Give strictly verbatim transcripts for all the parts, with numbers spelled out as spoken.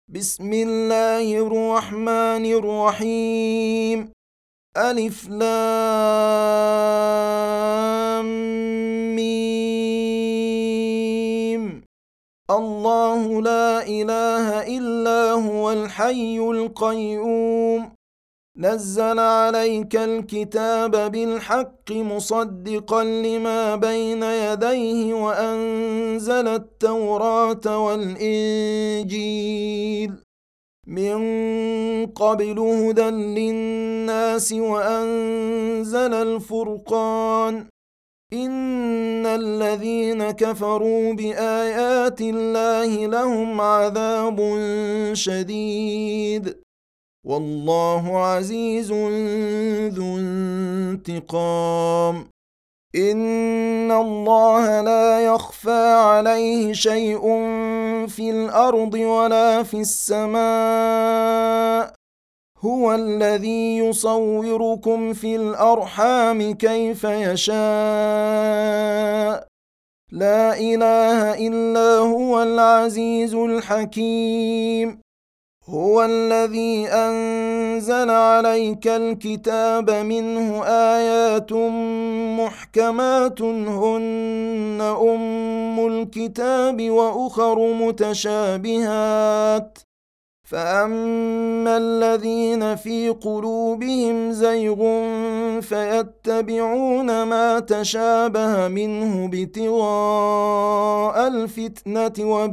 بسم الله الرحمن الرحيم. ألف لام ميم. الله لا إله إلا هو الحي القيوم، نزل عليك الكتاب بالحق مصدقا لما بين يديه وأنزل التوراة والإنجيل من قبل هدى للناس وأنزل الفرقان. إن الذين كفروا بآيات الله لهم عذاب شديد، والله عزيز ذو انتقام. إن الله لا يخفى عليه شيء في الأرض ولا في السماء، هو الذي يصوركم في الأرحام كيف يشاء، لا إله إلا هو العزيز الحكيم. هو الذي أنزل عليك الكتاب منه آيات محكمات هن أم الكتاب وأخر متشابهات، فأما الذين في قلوبهم زيغ فيتبعون ما تشابه منه ابتغاء الفتنة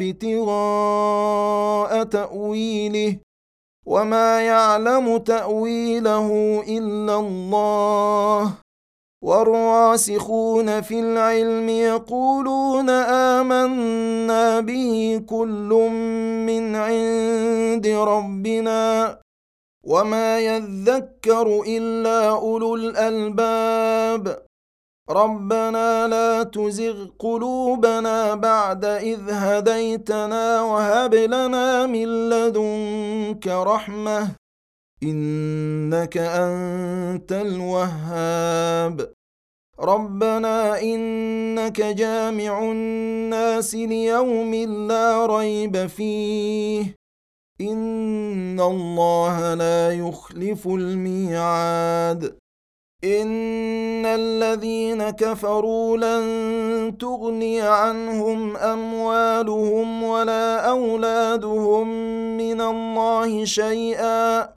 وابتغاء تأويله، وما يعلم تأويله إلا الله. والراسخون في العلم يقولون آمنا به كل من عند ربنا، وما يذكر إلا أولو الألباب. ربنا لا تزغ قلوبنا بعد إذ هديتنا وهب لنا من لدنك رحمة إنك أنت الوهاب. ربنا إنك جامع الناس ليوم لا ريب فيه، إن الله لا يخلف الميعاد. إن الذين كفروا لن تغني عنهم أموالهم ولا أولادهم من الله شيئا،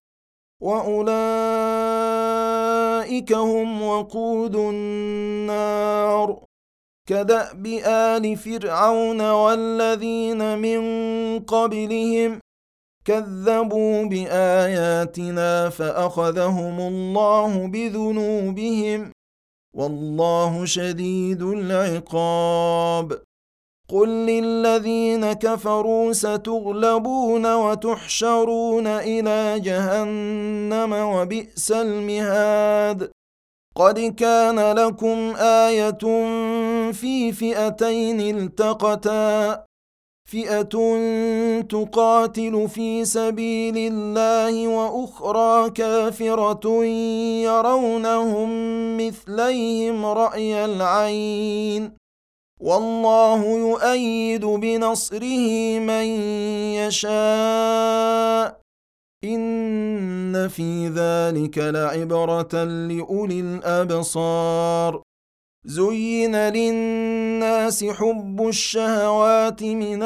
وأولئك هم وقود النار. كدأب آل فرعون والذين من قبلهم كذبوا بآياتنا فأخذهم الله بذنوبهم، والله شديد العقاب. قل للذين كفروا ستغلبون وتحشرون إلى جهنم وبئس المهاد. قد كان لكم آية في فئتين التقتا، فئة تقاتل في سبيل الله وأخرى كافرة يرونهم مثليهم رأي العين، والله يؤيد بنصره من يشاء. إن في ذلك لعبرة لأولي الأبصار. زين للناس حب الشهوات من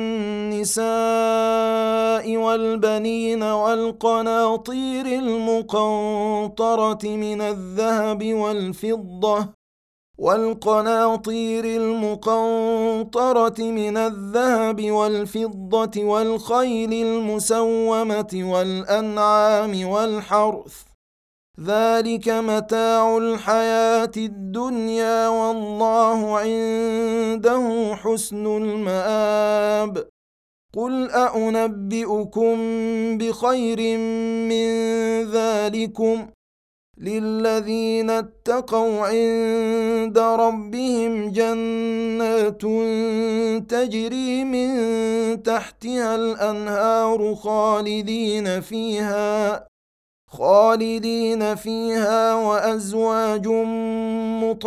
النساء والبنين والقناطير المقنطرة من الذهب والفضة والقناطير المقنطرة من الذهب والفضة والخيل المسومة والأنعام والحرث، ذلك متاع الحياة الدنيا، والله عنده حسن المآب. قل أأنبئكم بخير من ذلكم للذين اتقوا عند ربهم جنات تجري من تحتها الأنهار خالدين فيها خالدين فيها وأزواج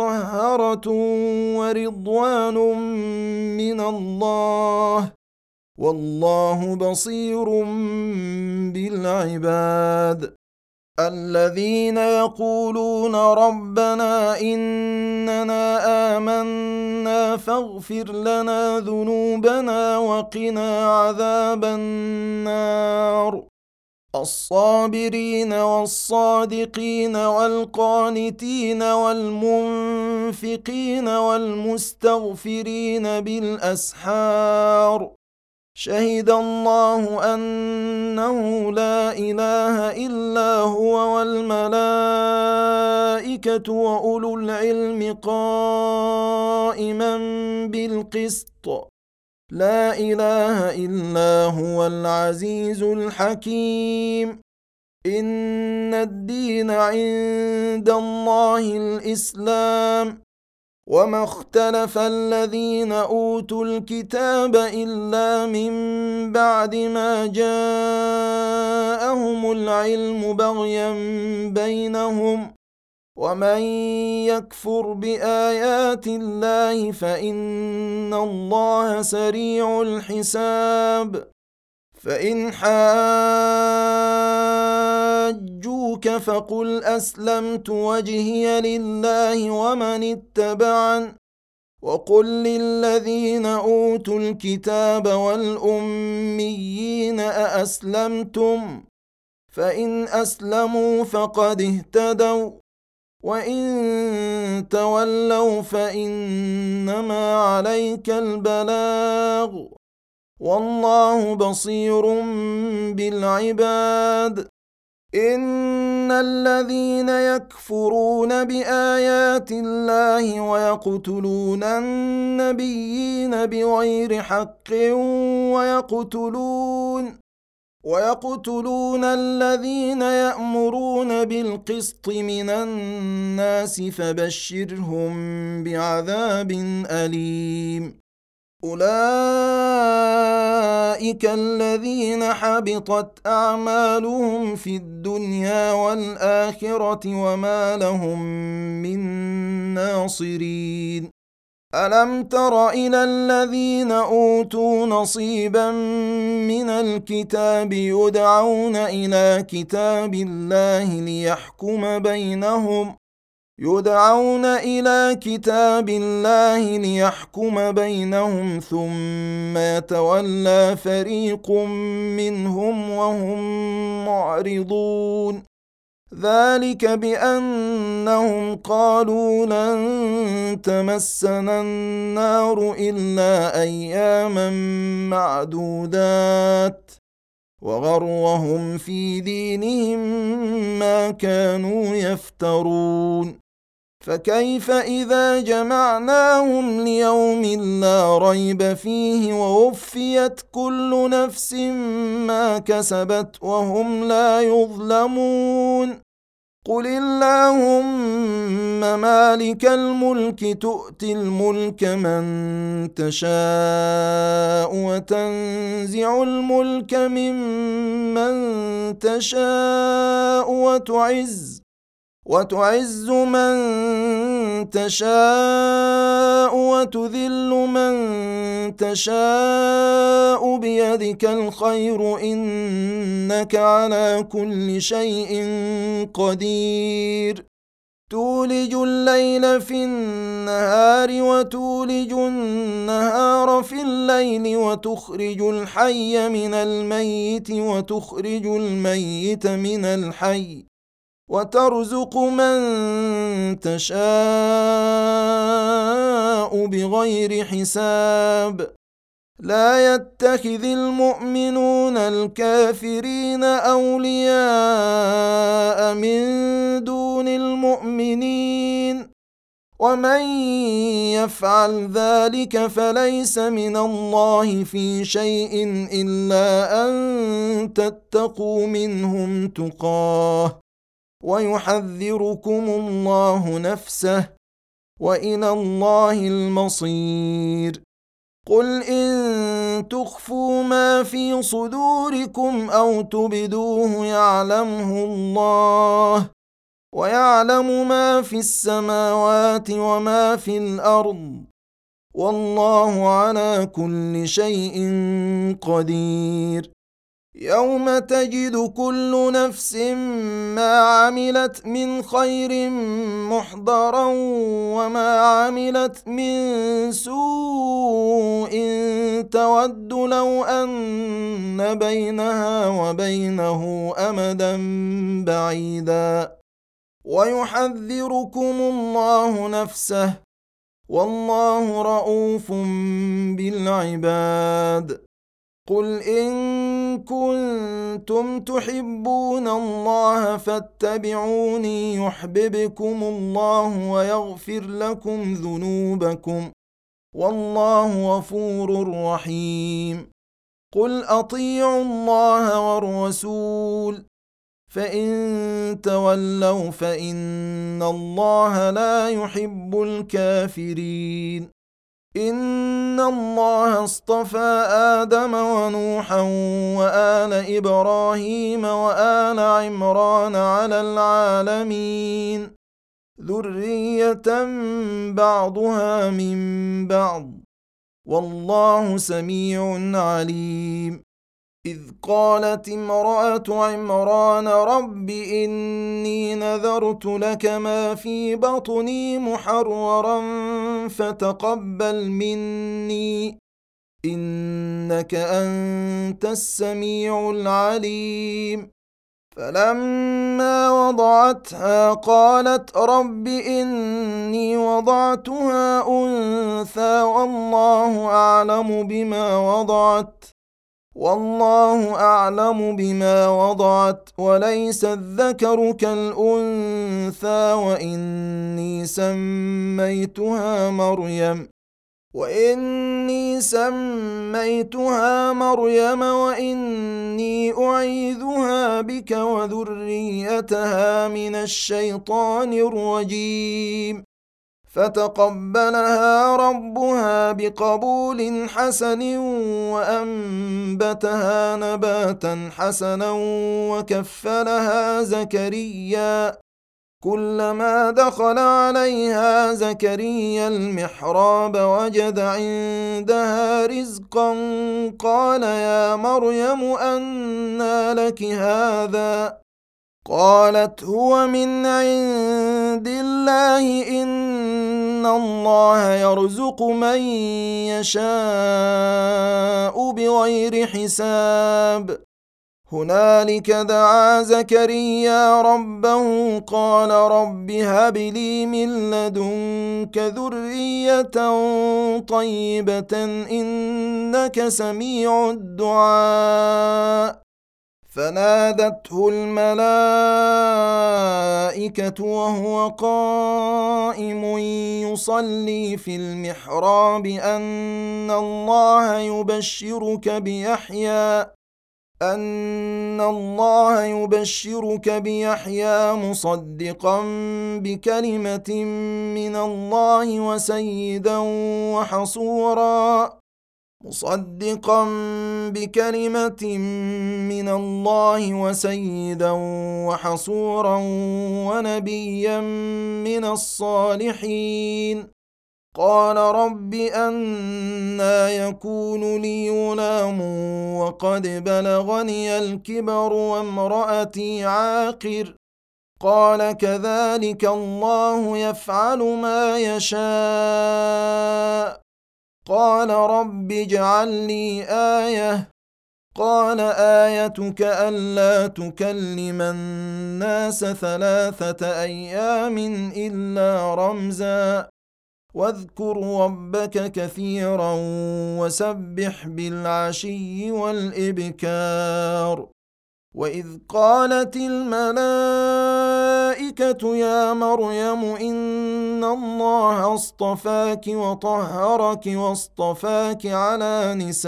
مطهرة ورضوان من الله والله بصير بالعباد. الذين يقولون ربنا إننا آمنا فاغفر لنا ذنوبنا وقنا عذاب النار. الصابرين والصادقين والقانتين والمنفقين والمستغفرين بالأسحار. شهد الله أنه لا إله إلا هو والملائكة وأولو العلم قائما بالقسط. لا إله إلا هو العزيز الحكيم. إن الدين عند الله الإسلام. وما اختلف الذين أوتوا الكتاب إلا من بعد ما جاءهم العلم بغيا بينهم. ومن يكفر بآيات الله فإن الله سريع الحساب. فإن حاجوك فقل أسلمت وجهي لله ومن اتبعن. وقل للذين أوتوا الكتاب والأميين أأسلمتم؟ فإن أسلموا فقد اهتدوا، وإن تولوا فإنما عليك البلاغ، والله بصير بالعباد. إن الذين يكفرون بآيات الله ويقتلون النبيين بغير حق ويقتلون ويقتلون الذين يأمرون بالقسط من الناس فبشرهم بعذاب أليم. أولئك الذين حبطت أعمالهم في الدنيا والآخرة وما لهم من ناصرين. ألم تر إلى الذين أوتوا نصيبا من الكتاب يدعون إلى كتاب الله ليحكم بينهم يدعون إلى كتاب الله ليحكم بينهم ثم يتولى فريق منهم وهم معرضون. ذلك بأنهم قالوا لن تمسنا النار إلا أياما معدودات، وغرهم في دينهم ما كانوا يفترون. فكيف إذا جمعناهم ليوم لا ريب فيه ووفيت كل نفس ما كسبت وهم لا يظلمون. قل اللهم مالك الملك تؤتي الملك من تشاء وتنزع الملك ممن تشاء وتعز وتعز من تشاء وتذل من تشاء بيدك الخير إنك على كل شيء قدير. تولج الليل في النهار وتولج النهار في الليل وتخرج الحي من الميت وتخرج الميت من الحي وترزق من تشاء بغير حساب. لا يتخذ المؤمنون الكافرين أولياء من دون المؤمنين، ومن يفعل ذلك فليس من الله في شيء إلا أن تتقوا منهم تقاه، ويحذركم الله نفسه، وإلى الله المصير. قل إن تخفوا ما في صدوركم أو تبدوه يعلمه الله، ويعلم ما في السماوات وما في الأرض، والله على كل شيء قدير. يوم تجد كل نفس ما عملت من خير محضرا وما عملت من سوء تود لو أن بينها وبينه أمدا بعيدا ويحذركم الله نفسه والله رؤوف بالعباد. قل إن كنتم تحبون الله فاتبعوني يحببكم الله ويغفر لكم ذنوبكم والله غفور رحيم. قل أطيعوا الله والرسول فإن تولوا فإن الله لا يحب الكافرين. إن الله اصطفى آدم ونوحا وآل إبراهيم وآل عمران على العالمين ذرية بعضها من بعض والله سميع عليم. إذ قالت امرأة عمران رب إني نذرت لك ما في بطني محررا فتقبل مني إنك أنت السميع العليم. فلما وضعتها قالت رب إني وضعتها أنثى والله أعلم بما وضعت والله أعلم بما وضعت وليس الذكر كالأنثى وإني سميتها مريم وإني سميتها مريم وإني أعيذها بك وذريتها من الشيطان الرجيم. فتقبلها ربها بقبول حسن وأنبتها نباتا حسنا وكفلها زكريا كلما دخل عليها زكريا المحراب وجد عندها رزقا قال يا مريم أنى لك هذا قالت هو من عند الله إن الله يرزق من يشاء بغير حساب. هنالك دعا زكريا ربه قال رب هب لي من لدنك ذرية طيبة إنك سميع الدعاء. فنادته الملائكة وهو قائم يصلي في المحراب أن الله يبشرك بيحيى أن الله يبشرك بيحيى مصدقا بكلمة من الله وسيدا وحصورا مصدقا بكلمة من الله وسيدا وحصورا ونبيا من الصالحين. قال رب أنى يكون لي غلام وقد بلغني الكبر وامرأتي عاقر قال كذلك الله يفعل ما يشاء. قال رب اجعل لي آية قال آيتك ألا تكلم الناس ثلاثة أيام إلا رمزا واذكر ربك كثيرا وسبح بالعشي والإبكار. وإذ قالت الملائكة يا مريم إن الله اصطفاك وطهرك واصطفاك على نساء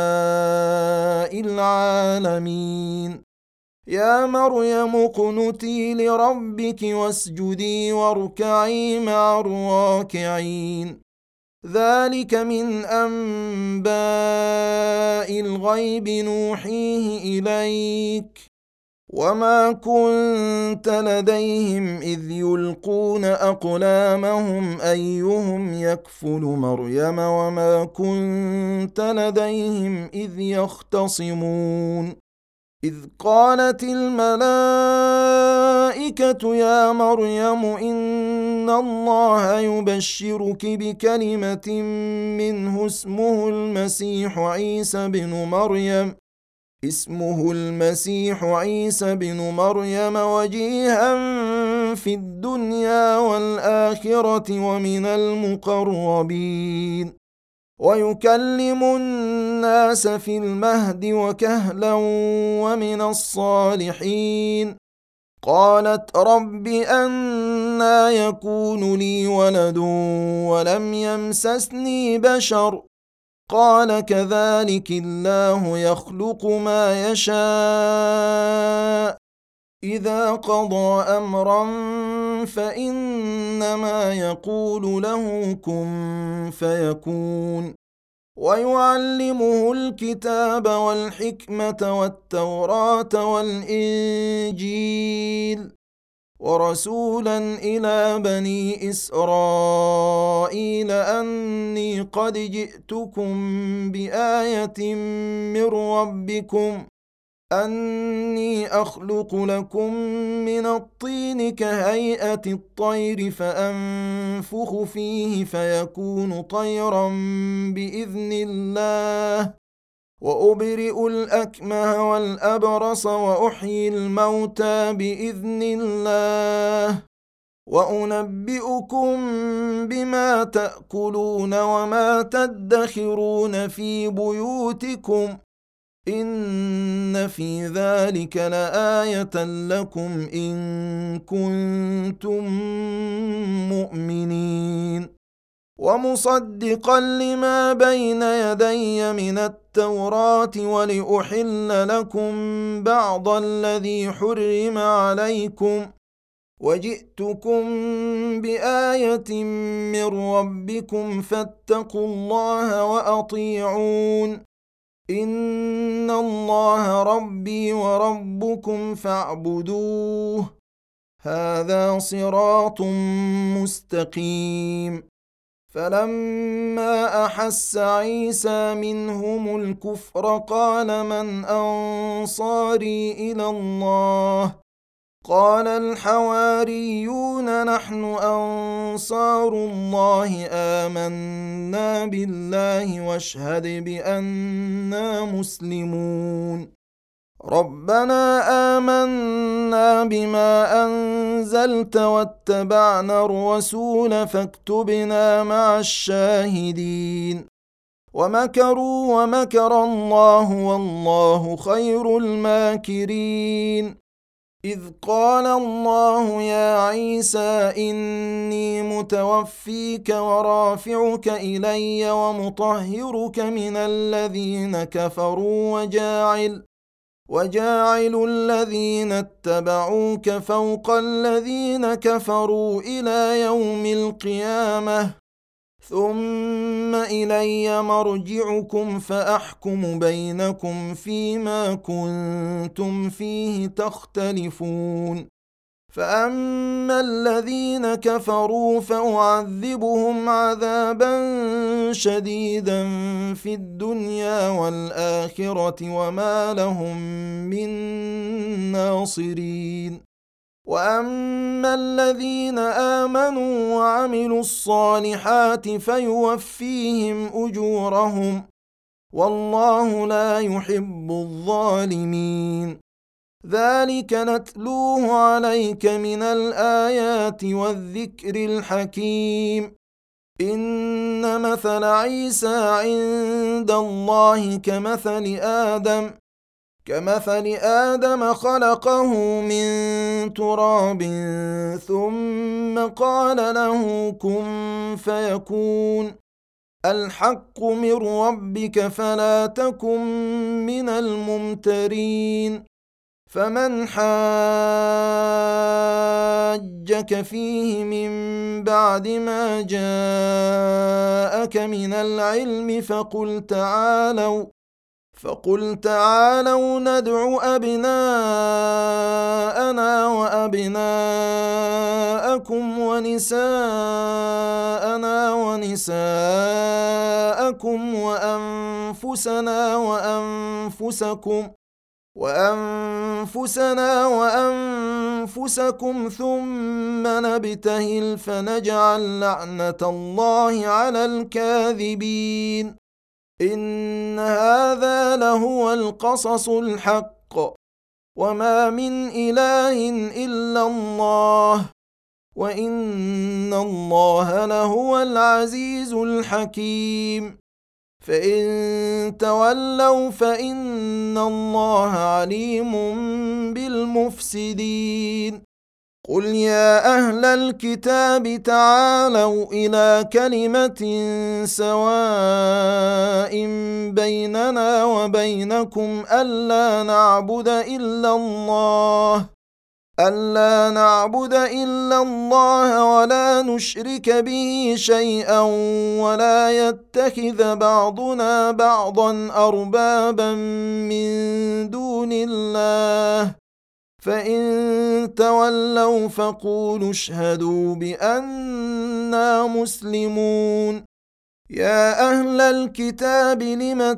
العالمين. يا مريم اقنتي لربك واسجدي واركعي مع الراكعين. ذلك من أنباء الغيب نوحيه إليك وما كنت لديهم إذ يلقون أقلامهم أيهم يكفل مريم وما كنت لديهم إذ يختصمون إذ قالت الملائكة يا مريم إن الله يبشرك بكلمة منه اسمه المسيح عيسى بن مريم اسمه المسيح عيسى بن مريم وجيها في الدنيا والآخرة ومن المقربين ويكلم الناس في المهد وكهلا ومن الصالحين قالت رب أنى يكون لي ولد ولم يمسسني بشر قال كذلك الله يخلق ما يشاء إذا قضى أمرا فإنما يقول له كن فيكون ويعلمه الكتاب والحكمة والتوراة والإنجيل ورسولا إلى بني إسرائيل أني قد جئتكم بآية من ربكم أني أخلق لكم من الطين كهيئة الطير فأنفخ فيه فيكون طيرا بإذن الله وأبرئ الأكمه والأبرص وأحيي الموتى بإذن الله وأنبئكم بما تأكلون وما تدخرون في بيوتكم إن في ذلك لآية لكم إن كنتم مؤمنين ومصدقا لما بين يدي من التوراة ولأحل لكم بعض الذي حرم عليكم وجئتكم بآية من ربكم فاتقوا الله وأطيعون إن الله ربي وربكم فاعبدوه هذا صراط مستقيم فلما أحس عيسى منهم الكفر قال من أنصاري إلى الله قال الحواريون نحن أنصار الله آمنا بالله واشهد بأننا مسلمون ربنا آمنا بما أنزلت واتبعنا الرسول فاكتبنا مع الشاهدين ومكروا ومكر الله والله خير الماكرين إذ قال الله يا عيسى إني متوفيك ورافعك إلي ومطهرك من الذين كفروا وجاعل وجاعل الذين اتبعوك فوق الذين كفروا إلى يوم القيامة ثم إلي مرجعكم فأحكم بينكم فيما كنتم فيه تختلفون فأما الذين كفروا فأعذبهم عذابا شديدا في الدنيا والآخرة وما لهم من ناصرين وأما الذين آمنوا وعملوا الصالحات فيوفيهم أجورهم والله لا يحب الظالمين ذلك نتلوه عليك من الآيات والذكر الحكيم إن مثل عيسى عند الله كمثل آدم كمثل آدم خلقه من تراب ثم قال له كن فيكون الحق من ربك فلا تكن من الممترين فمن حاجك فيه من بعد ما جاءك من العلم فقل تعالوا فقل تعالوا ندع أبناءنا وأبناءكم ونساءنا ونساءكم وأنفسنا وأنفسكم وأنفسنا وأنفسكم ثم نبتهل فنجعل لعنة الله على الكاذبين إن هذا لهو القصص الحق وما من إله إلا الله وإن الله لهو العزيز الحكيم فإن تولوا فإن الله عليم بالمفسدين قل يا أهل الكتاب تعالوا إلى كلمة سواء بيننا وبينكم ألا نعبد إلا الله ألا نعبد إلا الله ولا نشرك به شيئا ولا يتخذ بعضنا بعضا أربابا من دون الله فإن تولوا فقولوا اشهدوا بأننا مسلمون يا أهل الكتاب لم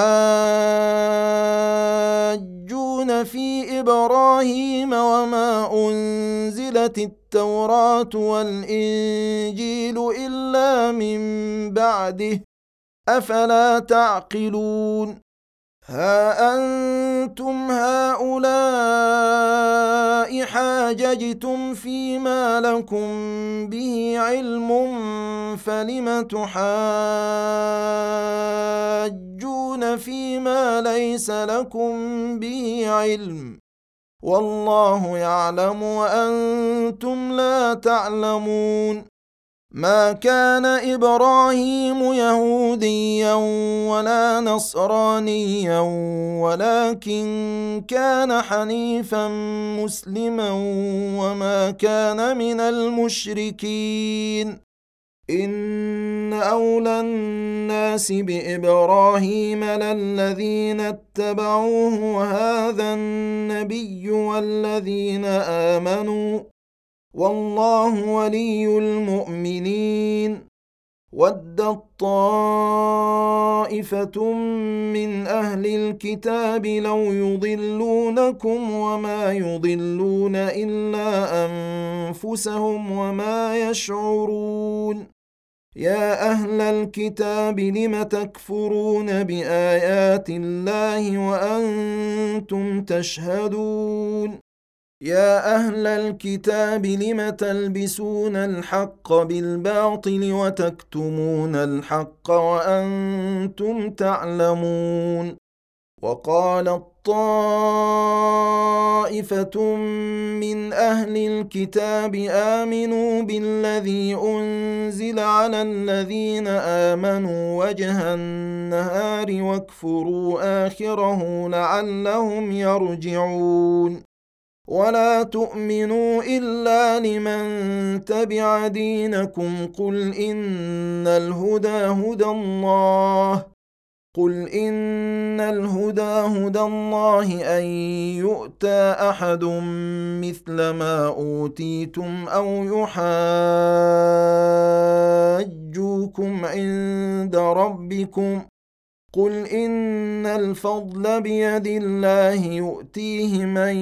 تحاجون في إبراهيم وما أنزلت التوراة والإنجيل إلا من بعده أفلا تعقلون ها أنتم هؤلاء حاججتم فيما لكم به علم فلم تحاجون فيما ليس لكم به علم والله يعلم وأنتم لا تعلمون ما كان إبراهيم يهوديا ولا نصرانيا ولكن كان حنيفا مسلما وما كان من المشركين إن أولى الناس بإبراهيم للذين اتبعوه وهذا النبي والذين آمنوا والله ولي المؤمنين ودت طائفة من أهل الكتاب لو يضلونكم وما يضلون إلا أنفسهم وما يشعرون يا أهل الكتاب لم تكفرون بآيات الله وأنتم تشهدون يا أهل الكتاب لم تلبسون الحق بالباطل وتكتمون الحق وأنتم تعلمون وقالت طائفة من أهل الكتاب آمنوا بالذي أنزل على الذين آمنوا وجه النهار واكفروا آخره لعلهم يرجعون ولا تؤمنوا إلا لمن تبع دينكم قل إن الهدى هدى الله قل إن الهدى هدى الله أن يؤتى أحد مثل ما أوتيتم أو يحاجوكم عند ربكم قل إن الفضل بيد الله يؤتيه من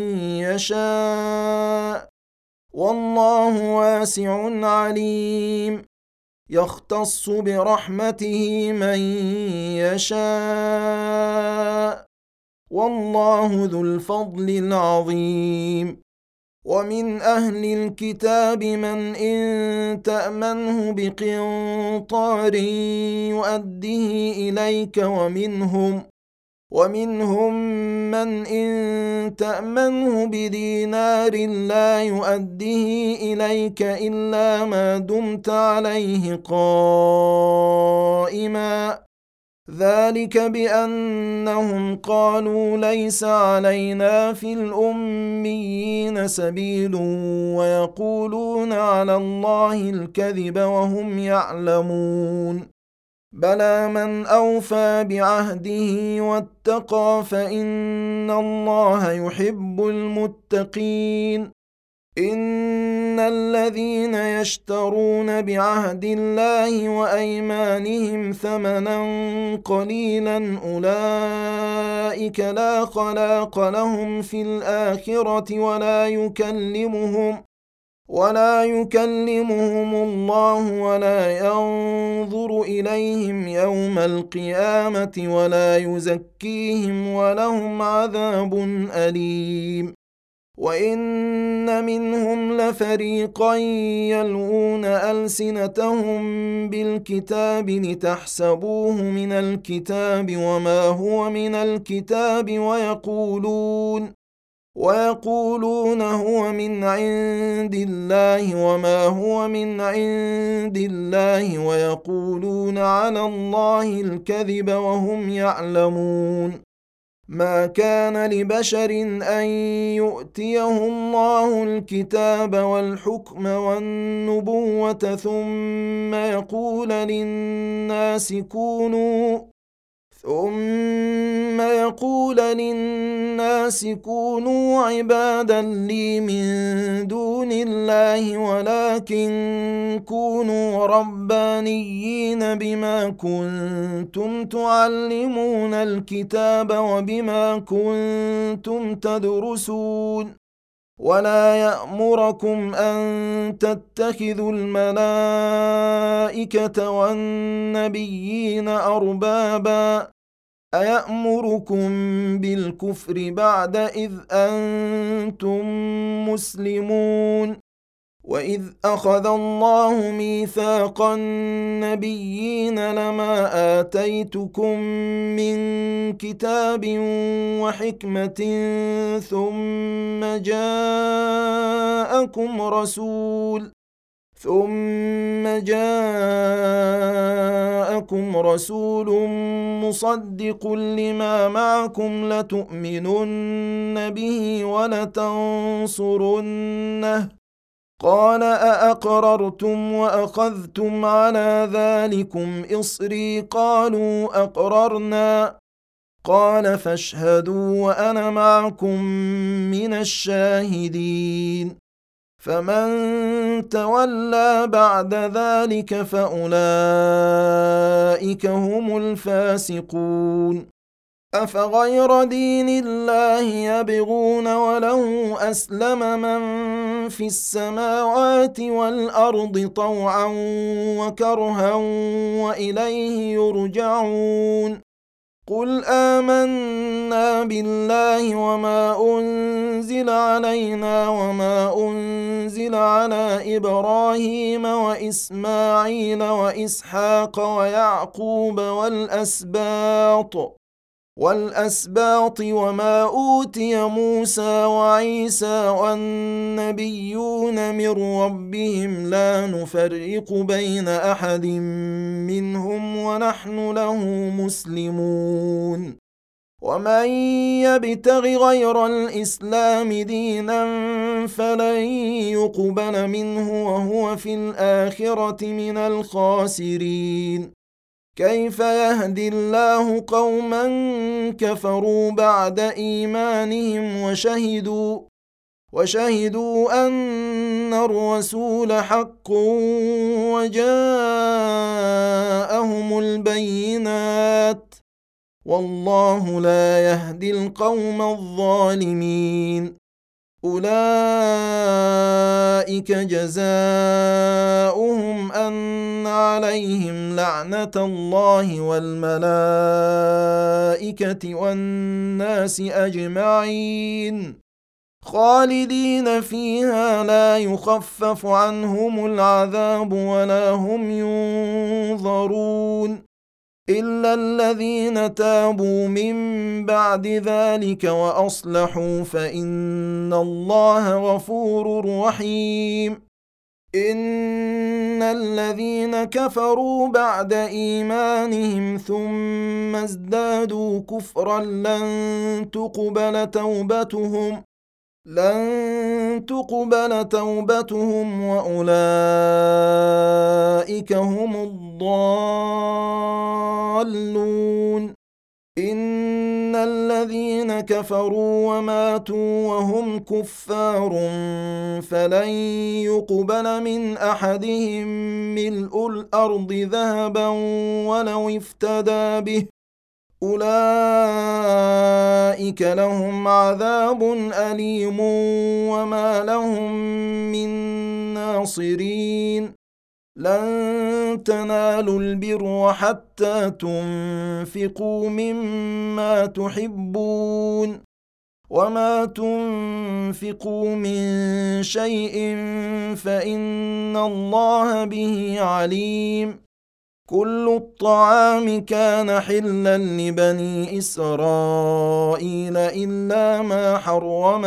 يشاء والله واسع عليم يختص برحمته من يشاء والله ذو الفضل العظيم ومن أهل الكتاب من إن تأمنه بقنطار يؤده إليك ومنهم ومنهم من إن تأمنه بدينار لا يؤده إليك إلا ما دمت عليه قائما ذلك بأنهم قالوا ليس علينا في الأميين سبيل ويقولون على الله الكذب وهم يعلمون بلى من أوفى بعهده واتقى فإن الله يحب المتقين. إن الذين يشترون بعهد الله وأيمانهم ثمنا قليلا أولئك لا خلاق لهم في الآخرة ولا يكلمهم ولا يكلمهم الله ولا ينظر إليهم يوم القيامة ولا يزكيهم ولهم عذاب أليم. وإن منهم لفريقا يلوون ألسنتهم بالكتاب لتحسبوه من الكتاب وما هو من الكتاب ويقولون ويقولون هو من عند الله وما هو من عند الله ويقولون على الله الكذب وهم يعلمون. ما كان لبشر أن يؤتيه الله الكتاب والحكم والنبوة ثم يقول للناس كونوا ثم يقول للناس كونوا عبادا لي من دون الله ولكن كونوا ربانيين بما كنتم تعلمون الكتاب وبما كنتم تدرسون. ولا يأمركم أن تتخذوا الملائكة والنبيين أربابا أيأمركم بالكفر بعد إذ أنتم مسلمون. وإذ أخذ الله ميثاق النبيين لما آتيتكم من كتاب وحكمة ثم جاءكم رسول ثم جاءكم رسول مصدق لما معكم لتؤمنن به ولتنصرنه قال أأقررتم وأخذتم على ذلكم إصري قالوا أقررنا قال فاشهدوا وأنا معكم من الشاهدين. فمن تولى بعد ذلك فأولئك هم الفاسقون. أفغير دين الله يبغون وله أسلم من في السماوات والأرض طوعا وكرها وإليه يرجعون. قل آمنا بالله وما أنزل علينا وما أنزل على إبراهيم وإسماعيل وإسحاق ويعقوب والأسباط والأسباط وما أوتي موسى وعيسى والنبيون من ربهم لا نفرق بين أحد منهم ونحن له مسلمون. ومن يبتغ غير الإسلام دينا فلن يقبل منه وهو في الآخرة من الخاسرين. كيف يهدي الله قوما كفروا بعد إيمانهم وشهدوا وشهدوا أن الرسول حق وجاءهم البينات والله لا يهدي القوم الظالمين. أولئك جزاؤهم أن عليهم لعنة الله والملائكة والناس أجمعين خالدين فيها لا يخفف عنهم العذاب ولا هم ينظرون إلا الذين تابوا من بعد ذلك وأصلحوا فإن الله غفور رحيم. إن الذين كفروا بعد إيمانهم ثم ازدادوا كفرا لن تقبل توبتهم لن تقبل توبتهم وأولئك هم الضالون إن الذين كفروا وماتوا وهم كفار فلن يقبل من أحدهم ملء الأرض ذهبا ولو افتدى به أولئك لهم عذاب أليم وما لهم من ناصرين لن تنالوا البر حتى تنفقوا مما تحبون وما تنفقوا من شيء فإن الله به عليم كل الطعام كان حلا لبني إسرائيل إلا ما حرم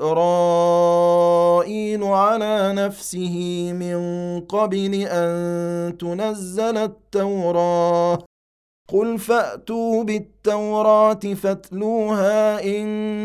إسرائيل على نفسه من قبل أن تنزل التوراة قل فأتوا بالتوراة فاتلوها إن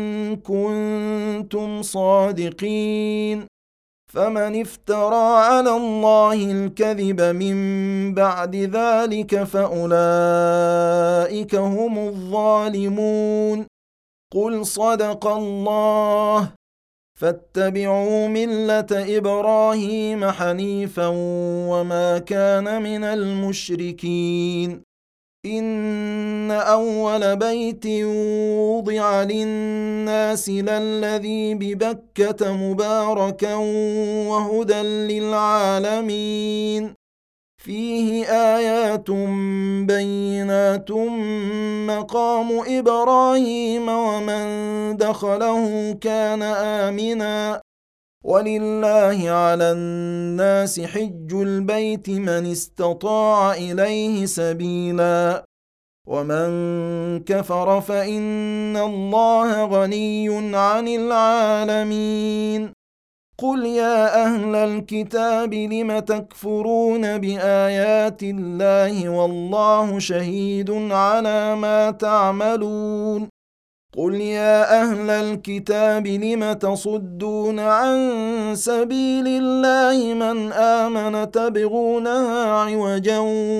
كنتم صادقين فمن افترى على الله الكذب من بعد ذلك فأولئك هم الظالمون قل صدق الله فاتبعوا ملة إبراهيم حنيفا وما كان من المشركين إن أول بيت وضع للناس للذي ببكة مباركا وهدى للعالمين فيه آيات بينات مقام إبراهيم ومن دخله كان آمنا ولله على الناس حج البيت من استطاع إليه سبيلا ومن كفر فإن الله غني عن العالمين قل يا أهل الكتاب لم تكفرون بآيات الله والله شهيد على ما تعملون قل يا أهل الكتاب لم تصدون عن سبيل الله من آمن تبغونها عوجا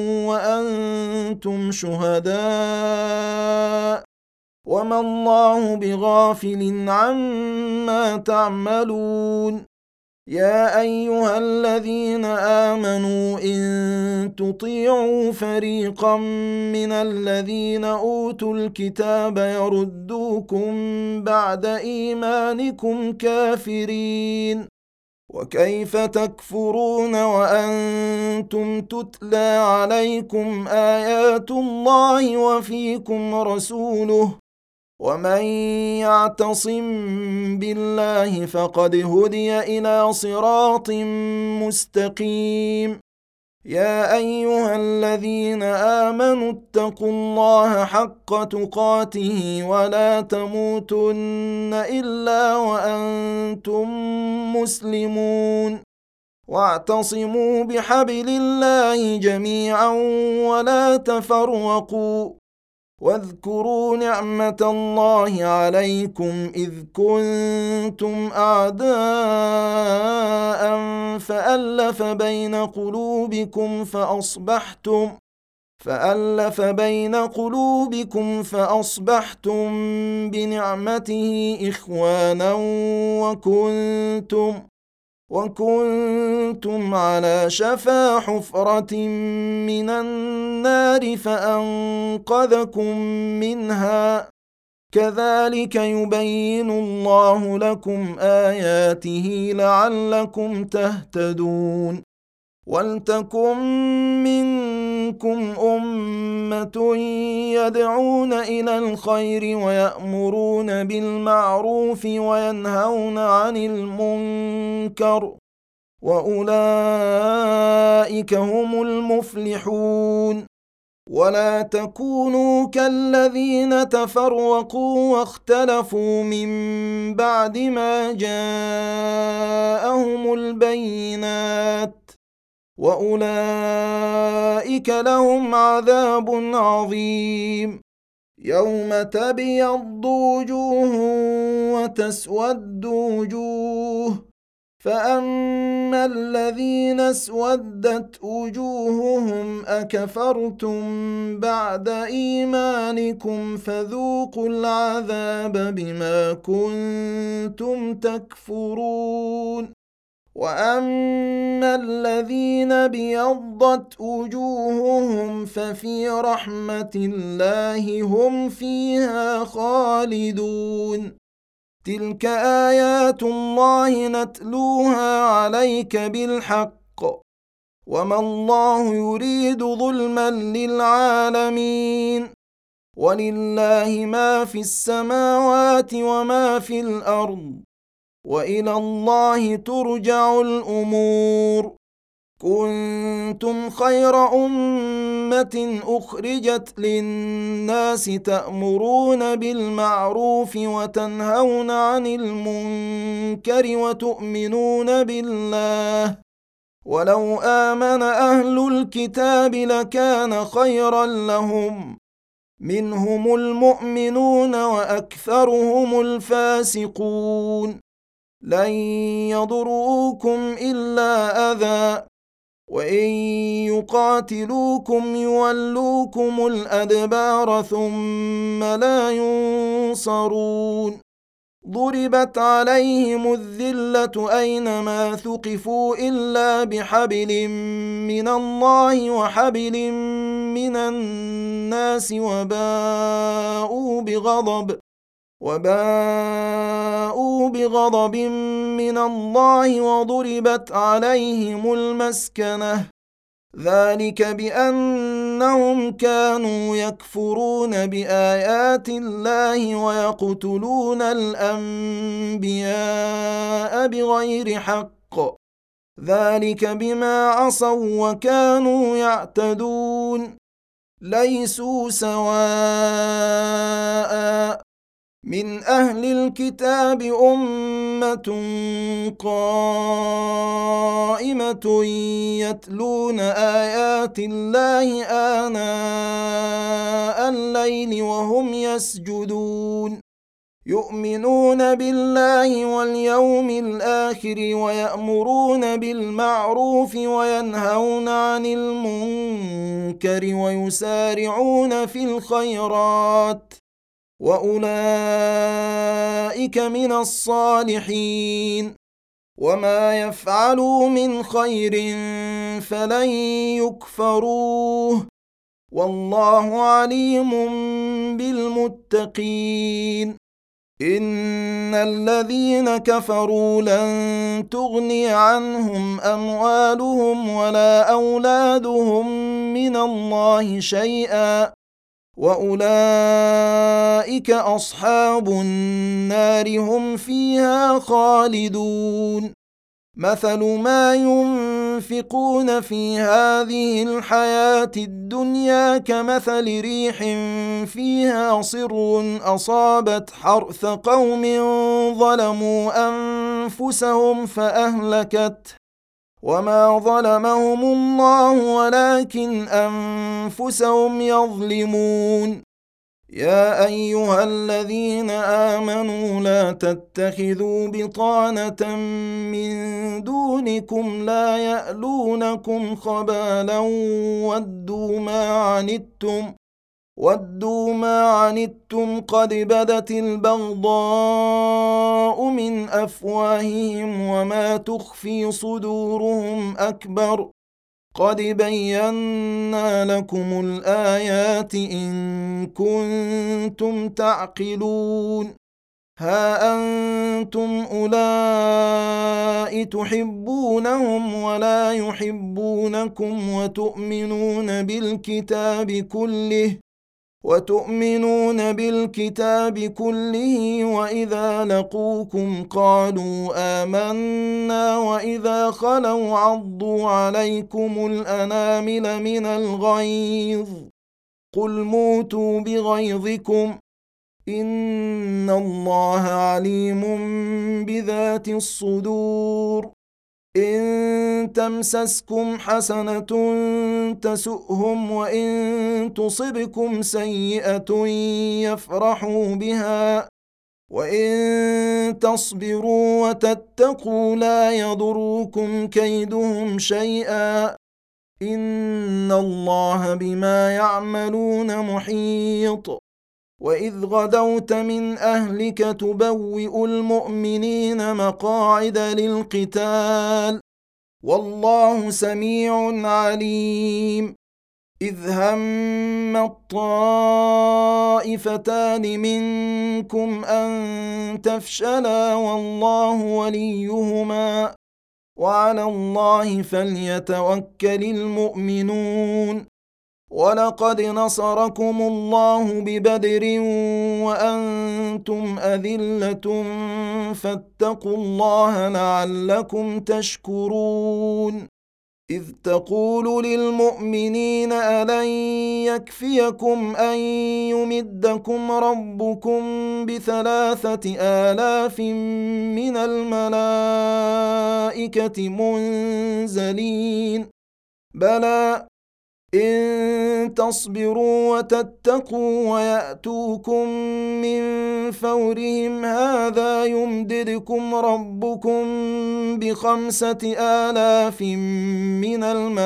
وأنتم شهداء وما الله بغافل عما تعملون يا أيها الذين آمنوا إن تطيعوا فريقا من الذين أوتوا الكتاب يردوكم بعد إيمانكم كافرين وكيف تكفرون وأنتم تتلى عليكم آيات الله وفيكم رسوله ومن يعتصم بالله فقد هدي إلى صراط مستقيم يا أيها الذين آمنوا اتقوا الله حق تقاته ولا تموتن إلا وأنتم مسلمون واعتصموا بحبل الله جميعا ولا تفرقوا واذكروا نعمة الله عليكم إذ كنتم أعداء فألف بين قلوبكم فأصبحتم فألف بين قلوبكم فأصبحتم بنعمته إخوانا وكنتم وكنتم على شفا حفرة من النار فأنقذكم منها كذلك يبين الله لكم آياته لعلكم تهتدون ولتكن منكم أمة يدعون إلى الخير ويأمرون بالمعروف وينهون عن المنكر وأولئك هم المفلحون ولا تكونوا كالذين تفرقوا واختلفوا من بعد ما جاءهم البينات وأولئك لهم عذاب عظيم يوم تبيض وجوه تسود وجوه فأما الذين اسودت وجوههم أكفرتم بعد إيمانكم فذوقوا العذاب بما كنتم تكفرون وأما الذين ابيضت وجوههم ففي رحمة الله هم فيها خالدون تلك آيات الله نتلوها عليك بالحق وما الله يريد ظلما للعالمين ولله ما في السماوات وما في الأرض وإلى الله ترجع الأمور كنتم خير أمة أخرجت للناس تأمرون بالمعروف وتنهون عن المنكر وتؤمنون بالله ولو آمن أهل الكتاب لكان خيرا لهم منهم المؤمنون وأكثرهم الفاسقون لن يضروكم إلا أذى وإن يقاتلوكم يولوكم الأدبار ثم لا ينصرون ضربت عليهم الذلة أينما ثقفوا إلا بحبل من الله وحبل من الناس وباءوا بغضب وباءوا بغضب من الله وضربت عليهم المسكنة ذلك بأنهم كانوا يكفرون بآيات الله ويقتلون الأنبياء بغير حق ذلك بما عصوا وكانوا يعتدون ليسوا سواء من أهل الكتاب أمة قائمة يتلون آيات الله آناء الليل وهم يسجدون يؤمنون بالله واليوم الآخر ويأمرون بالمعروف وينهون عن المنكر ويسارعون في الخيرات وأولئك من الصالحين وما يفعلوا من خير فلن يكفروه والله عليم بالمتقين إن الذين كفروا لن تغني عنهم أموالهم ولا أولادهم من الله شيئا وأولئك أصحاب النار هم فيها خالدون مثل ما ينفقون في هذه الحياة الدنيا كمثل ريح فيها صر أصابت حرث قوم ظلموا أنفسهم فأهلكته وما ظلمهم الله ولكن أنفسهم يظلمون يا أيها الذين آمنوا لا تتخذوا بطانة من دونكم لا يألونكم خبالا ودوا ما عنتم ودوا ما عنتم قد بدت البغضاء من أفواههم وما تخفي صدورهم أكبر قد بينا لكم الآيات إن كنتم تعقلون ها أنتم أولئك تحبونهم ولا يحبونكم وتؤمنون بالكتاب كله وتؤمنون بالكتاب كله وإذا لقوكم قالوا آمنا وإذا خلوا عضوا عليكم الأنامل من الغيظ قل موتوا بغيظكم إن الله عليم بذات الصدور إن تمسسكم حسنة تسؤهم وإن تصبكم سيئة يفرحوا بها وإن تصبروا وتتقوا لا يضركم كيدهم شيئا إن الله بما يعملون محيط. وإذ غدوت من أهلك تبوئ المؤمنين مقاعد للقتال والله سميع عليم. إذ هم الطائفتان منكم أن تفشلا والله وليهما وعلى الله فليتوكل المؤمنون. ولقد نصركم الله ببدر وأنتم أذلة فاتقوا الله لعلكم تشكرون. إذ تقول للمؤمنين ألن يكفيكم أن يمدكم ربكم بثلاثة آلاف من الملائكة منزلين بلى إن تصبروا وتتقوا ويأتوكم من فورهم هذا يمددكم ربكم بخمسة آلاف من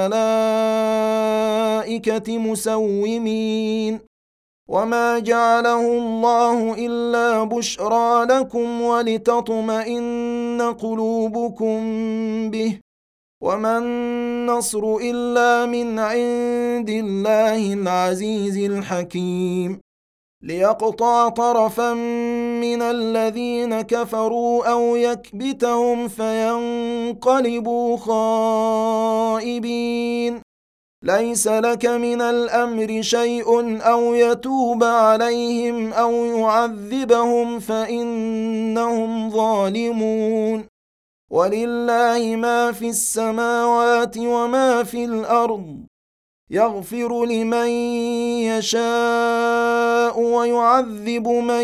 الملائكة مسومين. وما جعله الله إلا بشرى لكم ولتطمئن قلوبكم به وما النصر إلا من عند الله العزيز الحكيم. ليقطع طرفا من الذين كفروا أو يكبتهم فينقلبوا خائبين. ليس لك من الأمر شيء أو يتوب عليهم أو يعذبهم فإنهم ظالمون. ولله ما في السماوات وما في الأرض يغفر لمن يشاء ويعذب من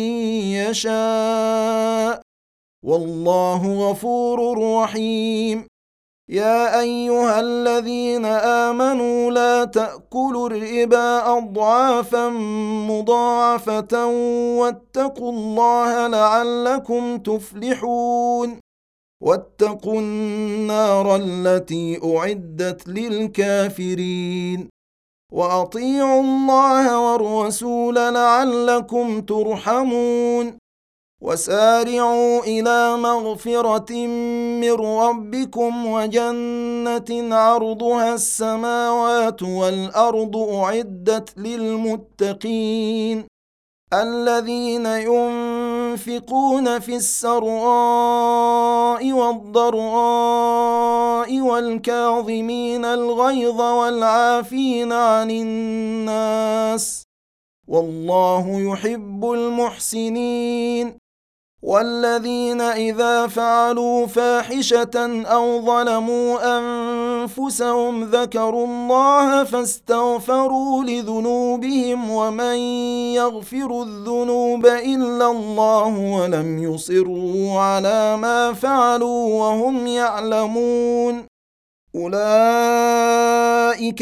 يشاء والله غفور رحيم. يا أيها الذين آمنوا لا تأكلوا الربا أضعافا مضاعفة واتقوا الله لعلكم تفلحون. واتقوا النار التي أعدت للكافرين. وأطيعوا الله والرسول لعلكم ترحمون. وسارعوا إلى مغفرة من ربكم وجنة عرضها السماوات والأرض أعدت للمتقين الذين ينفقون في السراء والضراء والكاظمين الغيظ والعافين عن الناس والله يحب المحسنين. والذين إذا فعلوا فاحشة أو ظلموا أنفسهم ذكروا الله فاستغفروا لذنوبهم ومن يغفر الذنوب إلا الله ولم يصروا على ما فعلوا وهم يعلمون أولئك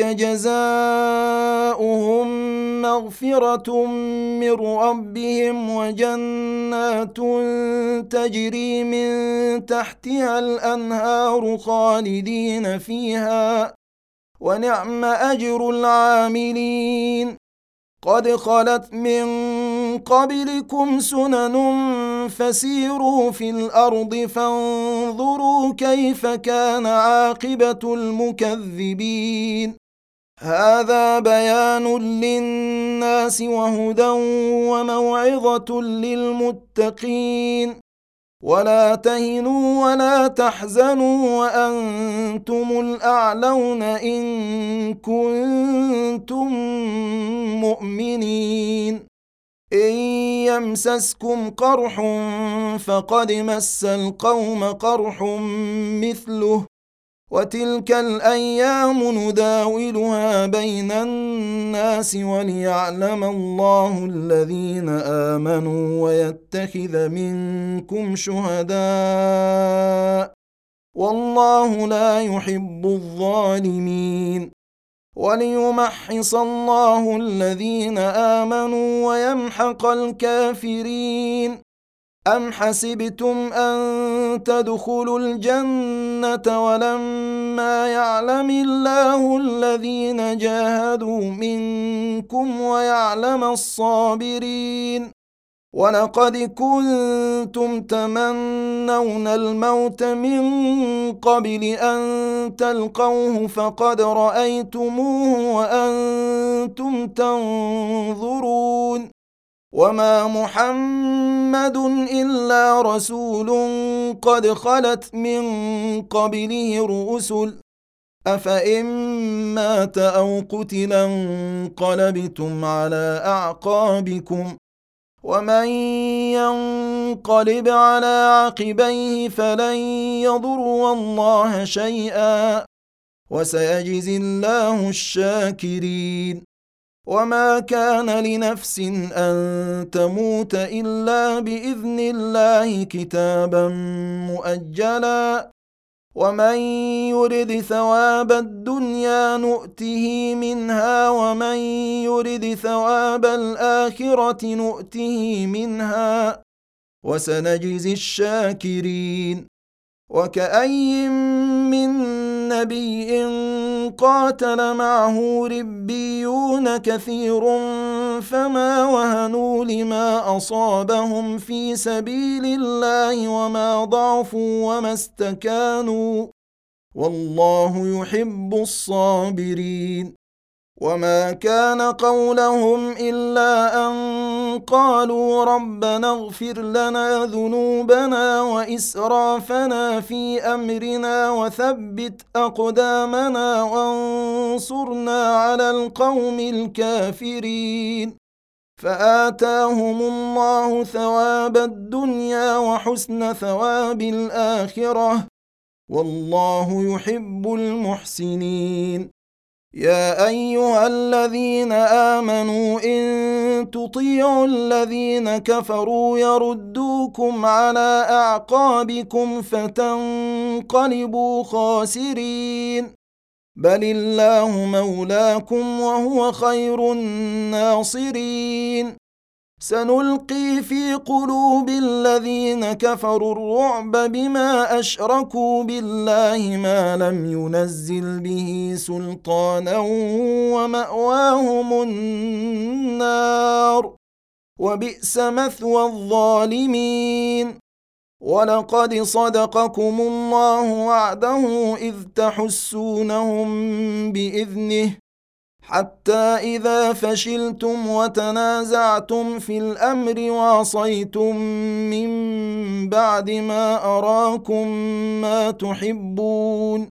جزاؤهم مغفرة من ربهم وجنات تجري من تحتها الأنهار خالدين فيها ونعم أجر العاملين. قد خلت من قبلكم سنن فسيروا في الأرض فانظروا كيف كان عاقبة المكذبين. هذا بيان للناس وهدى وموعظة للمتقين. ولا تهنوا ولا تحزنوا وأنتم الأعلون إن كنتم مؤمنين. إن يمسسكم قرح فقد مس القوم قرح مثله وتلك الأيام نداولها بين الناس وليعلم الله الذين آمنوا ويتخذ منكم شهداء والله لا يحب الظالمين. وليمحص الله الذين آمنوا ويمحق الكافرين أم حسبتم أن تدخلوا الجنة ولما يعلم الله الذين جاهدوا منكم ويعلم الصابرين ولقد كنتم تمنون الموت من قبل أن تلقوه فقد رأيتموه وأنتم تنظرون وما محمد إلا رسول قد خلت من قبله الرسل أفإن مات أو قتل انقلبتم على أعقابكم ومن ينقلب على عقبيه فلن يضر الله شيئا وسيجزي الله الشاكرين وما كان لنفس أن تموت إلا بإذن الله كتابا مؤجلا ومن يرد ثواب الدنيا نؤته منها ومن يرد ثواب الآخرة نؤته منها وسنجزي الشاكرين وكأي من نبي قاتل معه ربيون كثير فما وهنوا لما أصابهم في سبيل الله وما ضعفوا وما استكانوا والله يحب الصابرين وما كان قولهم إلا أن قالوا ربنا اغفر لنا ذنوبنا وإسرافنا في أمرنا وثبت أقدامنا وانصرنا على القوم الكافرين فآتاهم الله ثواب الدنيا وحسن ثواب الآخرة والله يحب المحسنين يا أيها الذين آمنوا إن تطيعوا الذين كفروا يردوكم على أعقابكم فتنقلبوا خاسرين بل الله مولاكم وهو خير الناصرين سنلقي في قلوب الذين كفروا الرعب بما أشركوا بالله ما لم ينزل به سلطانا ومأواهم النار وبئس مثوى الظالمين ولقد صدقكم الله وعده إذ تحسونهم بإذنه حتى إذا فشلتم وتنازعتم في الأمر وعصيتم من بعد ما أراكم ما تحبون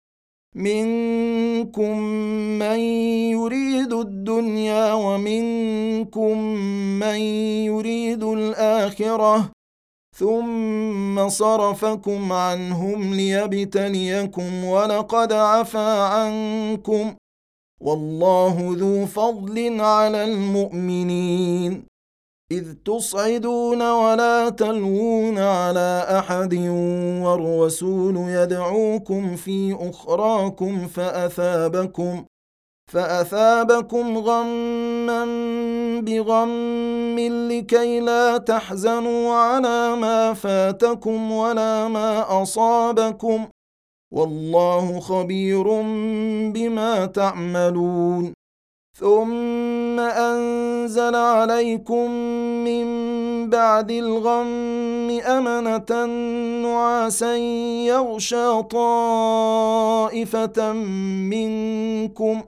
منكم من يريد الدنيا ومنكم من يريد الآخرة ثم صرفكم عنهم ليبتليكم ولقد عفا عنكم والله ذو فضل على المؤمنين إذ تصعدون ولا تلوون على أحد والرسول يدعوكم في أخراكم فأثابكم فأثابكم غما بغم لكي لا تحزنوا على ما فاتكم ولا ما أصابكم والله خبير بما تعملون ثم أنزل عليكم من بعد الغم أمنة نعاسا يغشى طائفة منكم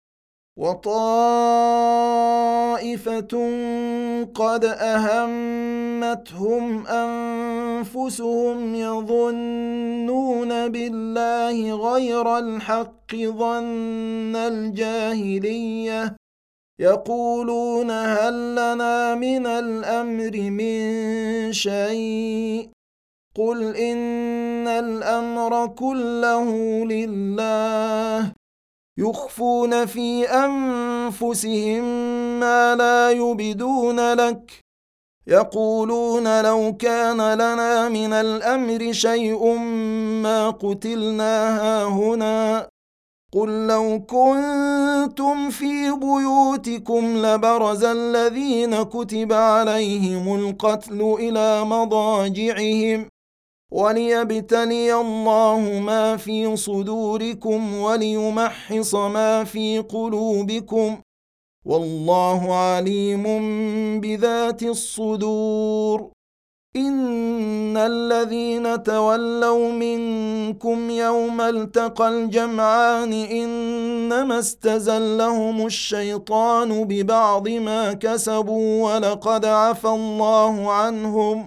وطائفة قد أهمتهم أنفسهم يظنون بالله غير الحق ظن الجاهلية يقولون هل لنا من الأمر من شيء قل إن الأمر كله لله يخفون في أنفسهم ما لا يبدون لك يقولون لو كان لنا من الأمر شيء ما قتلنا هاهنا قل لو كنتم في بيوتكم لبرز الذين كتب عليهم القتل إلى مضاجعهم وليبتلي الله ما في صدوركم وليمحص ما في قلوبكم والله عليم بذات الصدور. إن الذين تولوا منكم يوم التقى الجمعان إنما استزلهم الشيطان ببعض ما كسبوا ولقد عفى الله عنهم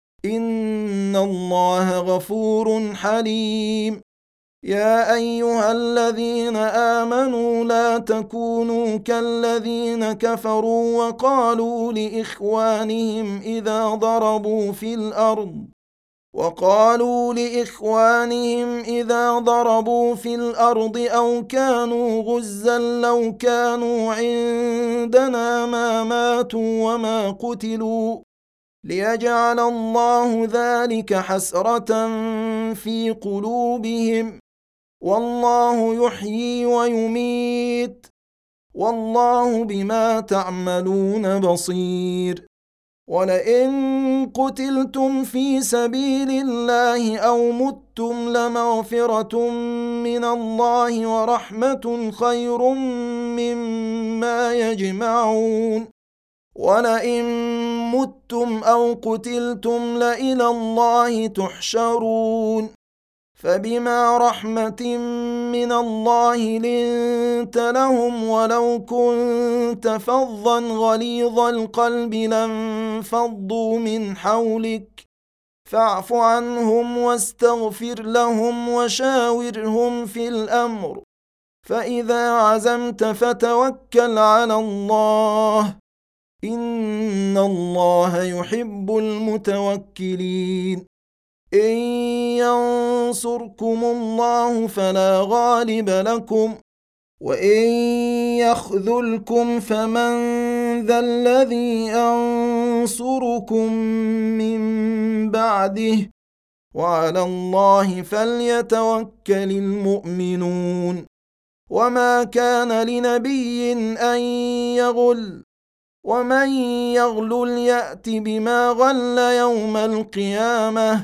إن الله غفور حليم. يا أيها الذين آمنوا لا تكونوا كالذين كفروا وقالوا لإخوانهم إذا ضربوا في الأرض وقالوا لإخوانهم إذا ضربوا في الأرض أو كانوا غزا لو كانوا عندنا ما ماتوا وما قتلوا ليجعل الله ذلك حسرة في قلوبهم والله يحيي ويميت والله بما تعملون بصير. ولئن قتلتم في سبيل الله أو متم لمغفرة من الله ورحمة خير مما يجمعون. ولئن متم أو قتلتم لإلى الله تحشرون. فبما رحمة من الله لنت لهم ولو كنت فظا غليظ القلب لانفضوا من حولك فاعف عنهم واستغفر لهم وشاورهم في الأمر فإذا عزمت فتوكل على الله إن الله يحب المتوكلين. إن ينصركم الله فلا غالب لكم وإن يخذلكم فمن ذا الذي ينصركم من بعده وعلى الله فليتوكل المؤمنون. وما كان لنبي أن يغل ومن يغلل يأت بما غل يوم القيامة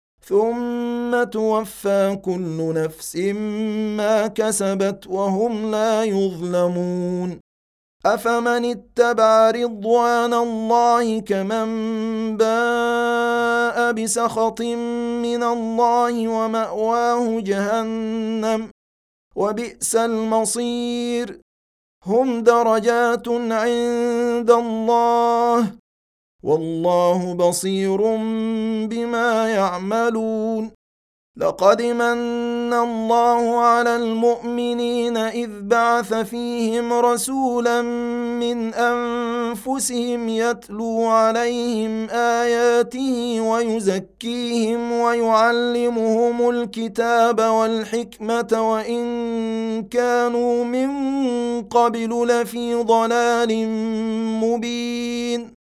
ثم توفى كل نفس ما كسبت وهم لا يظلمون. أفمن اتبع رضوان الله كمن باء بسخط من الله ومأواه جهنم وبئس المصير. هم درجات عند الله والله بصير بما يعملون. لقد من الله على المؤمنين إذ بعث فيهم رسولا من أنفسهم يتلو عليهم آياته ويزكيهم ويعلمهم الكتاب والحكمة وإن كانوا من قبل لفي ضلال مبين.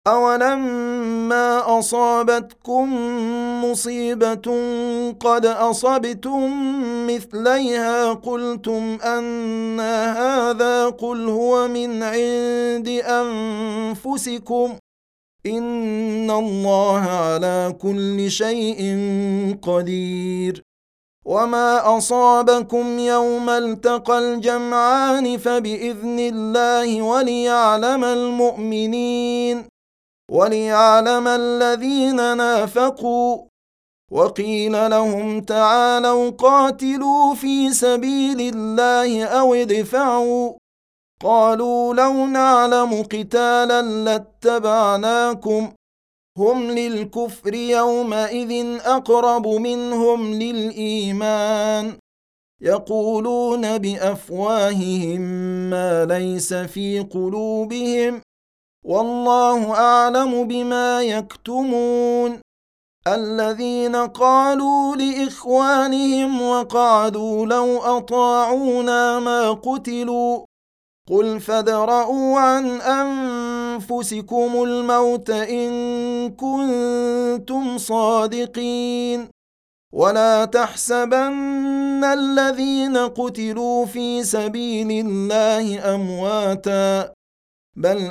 أولما أصابتكم مصيبة قد أصبتم مثليها قلتم أنى هذا قل هو من عند أنفسكم إن الله على كل شيء قدير. وما أصابكم يوم التقى الجمعان فبإذن الله وليعلم المؤمنين وليعلم الذين نافقوا. وقيل لهم تعالوا قاتلوا في سبيل الله أو ادفعوا قالوا لو نعلم قتالا لاتبعناكم هم للكفر يومئذ أقرب منهم للإيمان يقولون بأفواههم ما ليس في قلوبهم والله أعلم بما يكتمون. الذين قالوا لإخوانهم وقعدوا لو أطاعونا ما قتلوا قل فادرءوا عن أنفسكم الموت إن كنتم صادقين ولا تحسبن الذين قتلوا في سبيل الله أمواتا بل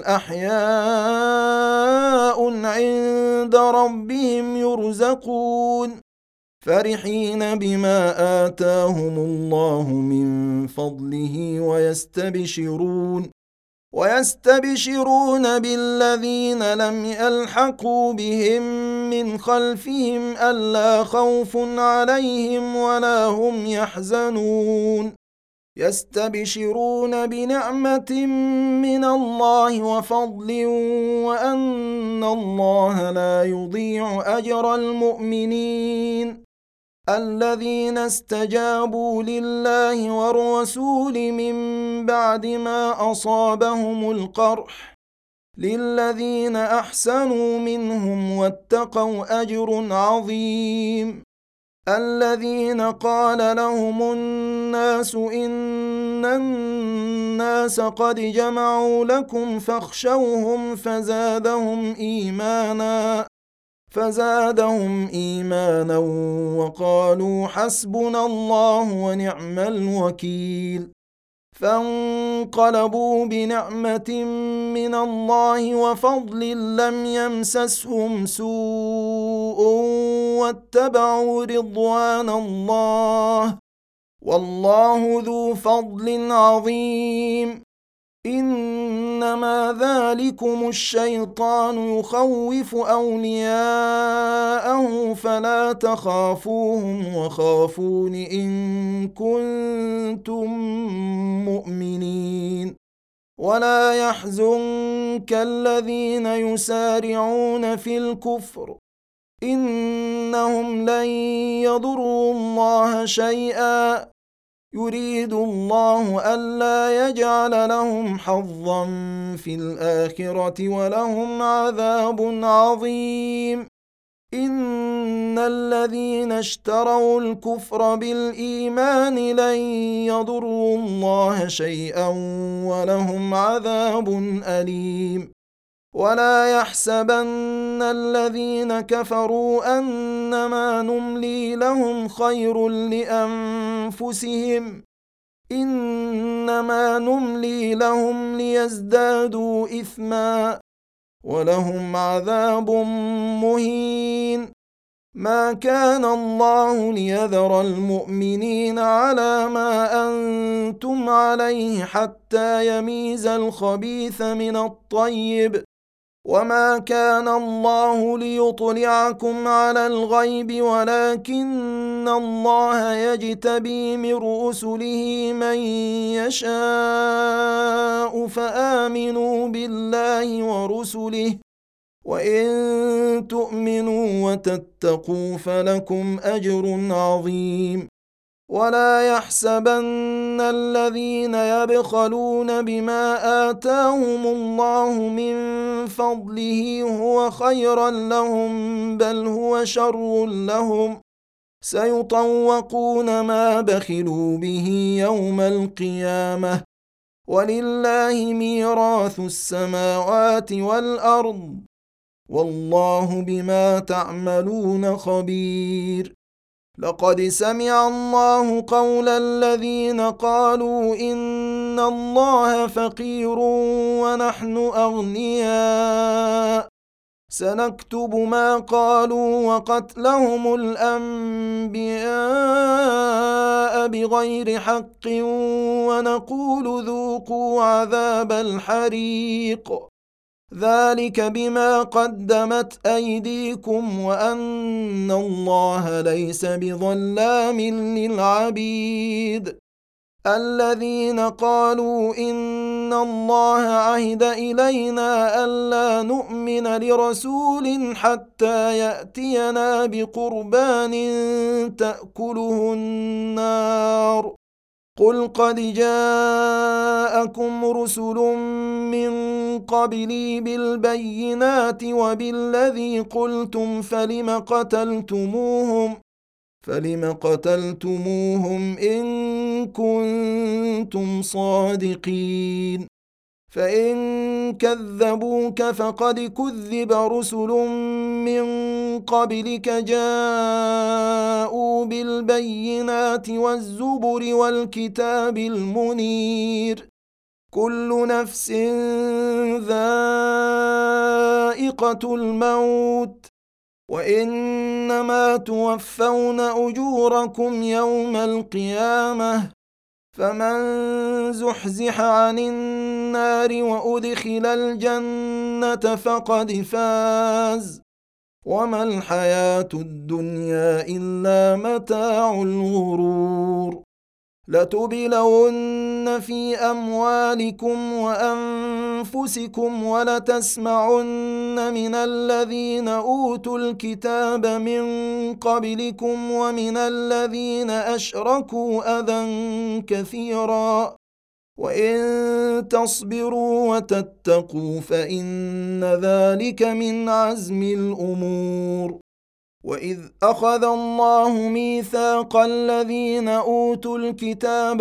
أحياء عند ربهم يرزقون فرحين بما آتاهم الله من فضله ويستبشرون ويستبشرون بالذين لم يلحقوا بهم من خلفهم ألا خوف عليهم ولا هم يحزنون يستبشرون بنعمة من الله وفضل وأن الله لا يضيع أجر المؤمنين الذين استجابوا لله والرسول من بعد ما أصابهم القرح للذين أحسنوا منهم واتقوا أجر عظيم الذين قال لهم الناس إن الناس قد جمعوا لكم فاخشوهم فزادهم إيمانا فزادهم إيمانا وقالوا حسبنا الله ونعم الوكيل فانقلبوا بنعمة من الله وفضل لم يمسسهم سوء واتبعوا رضوان الله والله ذو فضل عظيم إنما ذلكم الشيطان يخوف أولياءه فلا تخافوهم وخافون إن كنتم مؤمنين ولا يحزنك الذين يسارعون في الكفر إنهم لن يضروا الله شيئا يريد الله ألا يجعل لهم حظا في الآخرة ولهم عذاب عظيم إن الذين اشتروا الكفر بالإيمان لن يضروا الله شيئا ولهم عذاب أليم ولا يحسبن الذين كفروا أنما نملي لهم خير لأنفسهم إنما نملي لهم ليزدادوا إثما ولهم عذاب مهين ما كان الله ليذر المؤمنين على ما أنتم عليه حتى يميز الخبيث من الطيب وما كان الله ليطلعكم على الغيب ولكن الله يجتبي من رسله من يشاء فآمنوا بالله ورسله وإن تؤمنوا وتتقوا فلكم أجر عظيم ولا يحسبن الذين يبخلون بما آتاهم الله من فضله هو خيرا لهم بل هو شر لهم سيطوقون ما بخلوا به يوم القيامة ولله ميراث السماوات والأرض والله بما تعملون خبير لقد سمع الله قول الذين قالوا إن الله فقير ونحن أغنياء سنكتب ما قالوا وقتلهم الأنبياء بغير حق ونقول ذوقوا عذاب الحريق ذلك بما قدمت أيديكم وأن الله ليس بظلام للعبيد الذين قالوا إن الله عهد إلينا ألا نؤمن لرسول حتى يأتينا بقربان تأكله النار قل قد جاءكم رسل من قبلي بالبينات وبالذي قلتم فلم قتلتموهم فلم قتلتموهم إن كنتم صادقين فإن كذبوك فقد كذب رسل من قبلك جاءوا بالبينات والزبر والكتاب المنير كل نفس ذائقة الموت وإنما توفون أجوركم يوم القيامة فمن زحزح عن النار وأدخل الجنة فقد فاز وما الحياة الدنيا إلا متاع الغرور لتبلون في أموالكم وأنفسكم ولتسمعن من الذين أوتوا الكتاب من قبلكم ومن الذين أشركوا أذى كثيرا وإن تصبروا وتتقوا فإن ذلك من عزم الأمور وإذ أخذ الله ميثاق الذين أوتوا الكتاب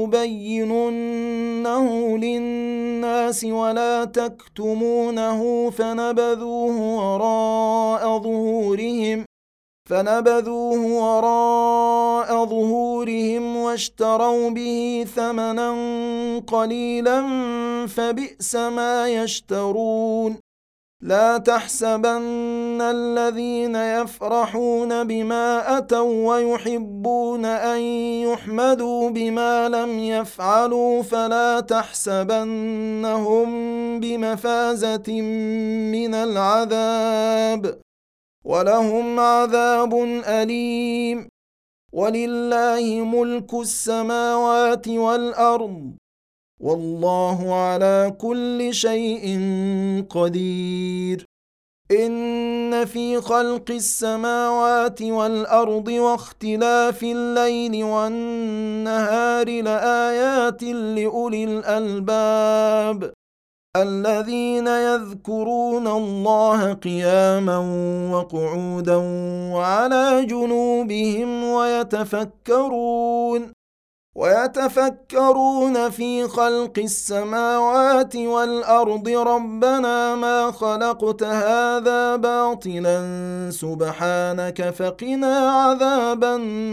لتبيننه للناس ولا تكتمونه فنبذوه وراء ظهورهم فنبذوه وراء ظهورهم واشتروا به ثمنا قليلا فبئس ما يشترون لا تحسبن الذين يفرحون بما أتوا ويحبون أن يحمدوا بما لم يفعلوا فلا تحسبنهم بمفازة من العذاب ولهم عذاب أليم ولله ملك السماوات والأرض والله على كل شيء قدير إن في خلق السماوات والأرض واختلاف الليل والنهار لآيات لأولي الألباب الذين يذكرون الله قياما وقعودا وعلى جنوبهم ويتفكرون ويتفكرون في خلق السماوات والأرض ربنا ما خلقت هذا باطلا سبحانك فقنا عذاب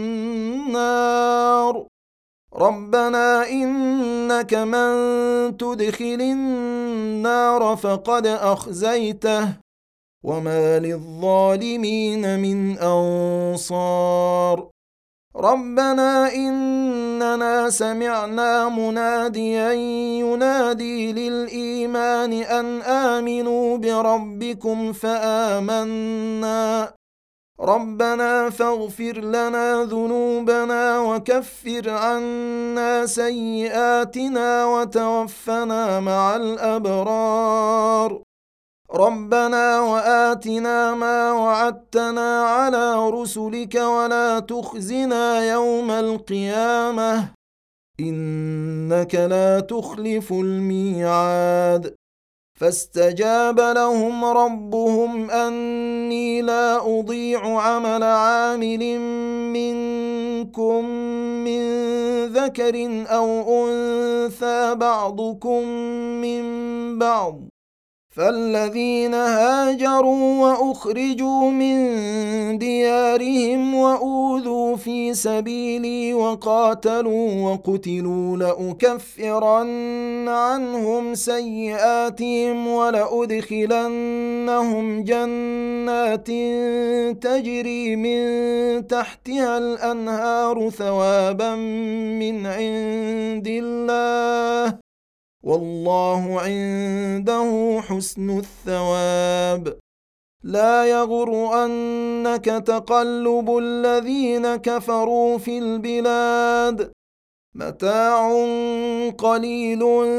النار ربنا إنك من تدخل النار فقد أخزيته وما للظالمين من أنصار ربنا إننا سمعنا مناديا ينادي للإيمان أن آمنوا بربكم فآمنا ربنا فاغفر لنا ذنوبنا وكفر عنا سيئاتنا وتوفنا مع الأبرار ربنا وآتنا ما وعدتنا على رسلك ولا تخزنا يوم القيامة إنك لا تخلف الميعاد فاستجاب لهم ربهم أني لا أضيع عمل عامل منكم من ذكر أو أنثى بعضكم من بعض فالذين هاجروا وأخرجوا من ديارهم وأوذوا في سبيلي وقاتلوا وقتلوا لأكفرن عنهم سيئاتهم ولأدخلنهم جنات تجري من تحتها الأنهار ثوابا من عند الله والله عنده حسن الثواب لا يغرنك تقلب الذين كفروا في البلاد متاع قليل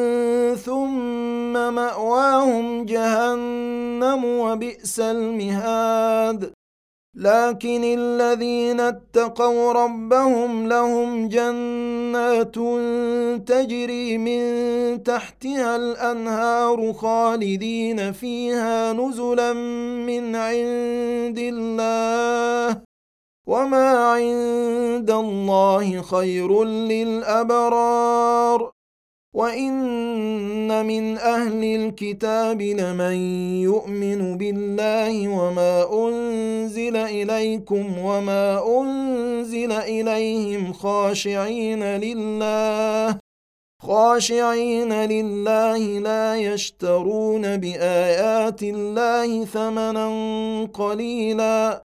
ثم مأواهم جهنم وبئس المهاد لكن الذين اتقوا ربهم لهم جنات تجري من تحتها الأنهار خالدين فيها نزلا من عند الله وما عند الله خير للأبرار وإن من أهل الكتاب لمن يؤمن بالله وما أنزل إليكم وما أنزل إليهم خاشعين لله خاشعين لله لا يشترون بآيات الله ثمنا قليلا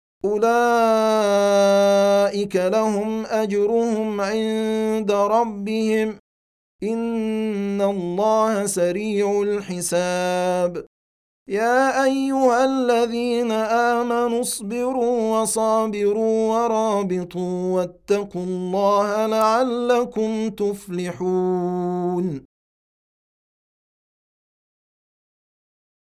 أولئك لهم أجرهم عند ربهم إن الله سريع الحساب يا أيها الذين آمنوا اصبروا وصابروا ورابطوا واتقوا الله لعلكم تفلحون